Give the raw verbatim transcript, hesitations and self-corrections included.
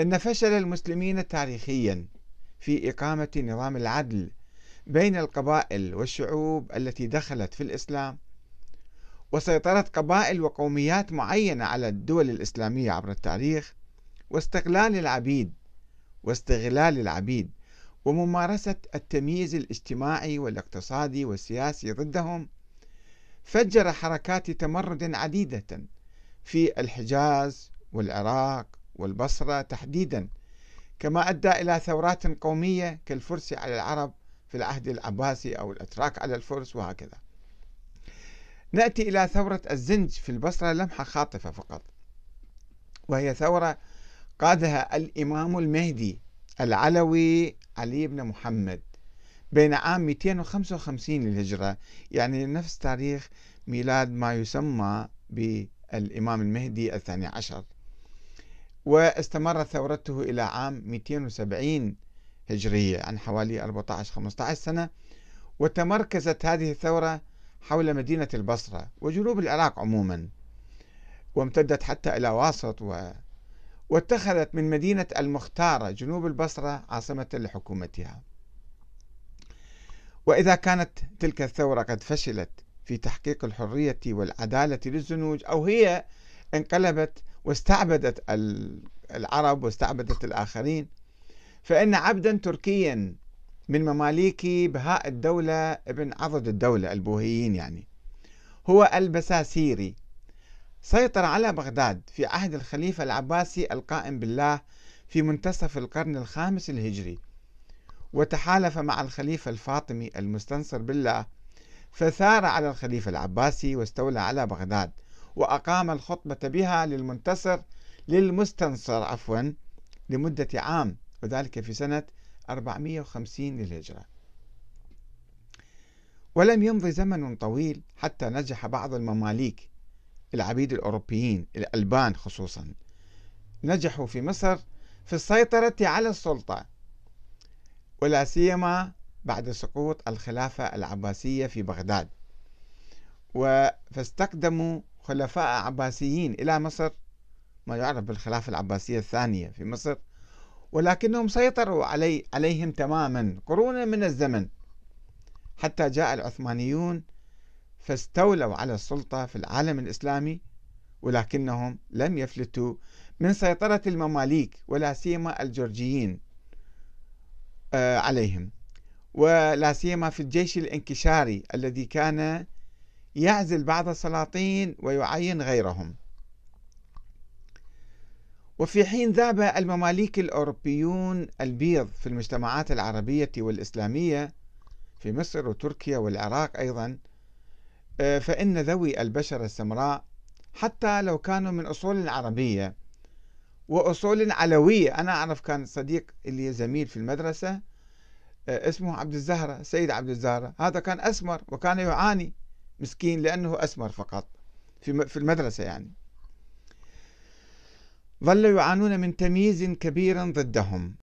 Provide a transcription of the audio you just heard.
أن فشل المسلمين تاريخيا في إقامة نظام العدل بين القبائل والشعوب التي دخلت في الإسلام، وسيطرة قبائل وقوميات معينة على الدول الإسلامية عبر التاريخ، واستغلال العبيد واستغلال العبيد وممارسة التمييز الاجتماعي والاقتصادي والسياسي ضدهم، فجر حركات تمرد عديدة في الحجاز والعراق والبصرة تحديدا، كما أدى إلى ثورات قومية كالفرس على العرب في العهد العباسي أو الأتراك على الفرس وهكذا. نأتي إلى ثورة الزنج في البصرة لمحة خاطفة فقط، وهي ثورة قادها الإمام المهدي العلوي علي بن محمد بين عام مئتين وخمسة وخمسين للهجرة، يعني نفس تاريخ ميلاد ما يسمى بالإمام المهدي الثاني عشر، واستمرت ثورته إلى عام مئتين وسبعين هجرية، عن حوالي أربعة عشر خمسة عشر سنة. وتمركزت هذه الثورة حول مدينة البصرة وجنوب العراق عموما، وامتدت حتى إلى واسط و... واتخذت من مدينة المختارة جنوب البصرة عاصمة لحكومتها. وإذا كانت تلك الثورة قد فشلت في تحقيق الحرية والعدالة للزنوج، أو هي انقلبت واستعبدت العرب واستعبدت الآخرين، فإن عبدا تركيا من مماليك بهاء الدولة ابن عضد الدولة البوهيين يعني هو البساسيري سيطر على بغداد في عهد الخليفة العباسي القائم بالله في منتصف القرن الخامس الهجري، وتحالف مع الخليفة الفاطمي المستنصر بالله، فثار على الخليفة العباسي واستولى على بغداد، وأقام الخطبة بها للمنتصر للمستنصر عفوا لمدة عام، وذلك في سنة أربعمئة وخمسين للهجرة. ولم يمضي زمن طويل حتى نجح بعض المماليك العبيد الأوروبيين الألبان خصوصا، نجحوا في مصر في السيطرة على السلطة، ولا سيما بعد سقوط الخلافة العباسية في بغداد، فاستقدموا خلفاء عباسيين إلى مصر، ما يعرف بالخلافة العباسية الثانية في مصر، ولكنهم سيطروا علي عليهم تماما قرونا من الزمن، حتى جاء العثمانيون فاستولوا على السلطة في العالم الإسلامي، ولكنهم لم يفلتوا من سيطرة المماليك ولا سيما الجورجيين عليهم، ولا سيما في الجيش الانكشاري الذي كان يعزل بعض السلاطين ويعين غيرهم. وفي حين ذاب المماليك الأوروبيون البيض في المجتمعات العربية والإسلامية في مصر وتركيا والعراق أيضا، فإن ذوي البشرة السمراء حتى لو كانوا من أصول عربية وأصول علوية، أنا أعرف كان صديق اللي زميل في المدرسة اسمه عبد الزهرة، سيد عبد الزهرة، هذا كان أسمر وكان يعاني مسكين لأنه أسمر فقط في المدرسة، يعني ظلوا يعانون من تمييز كبير ضدهم.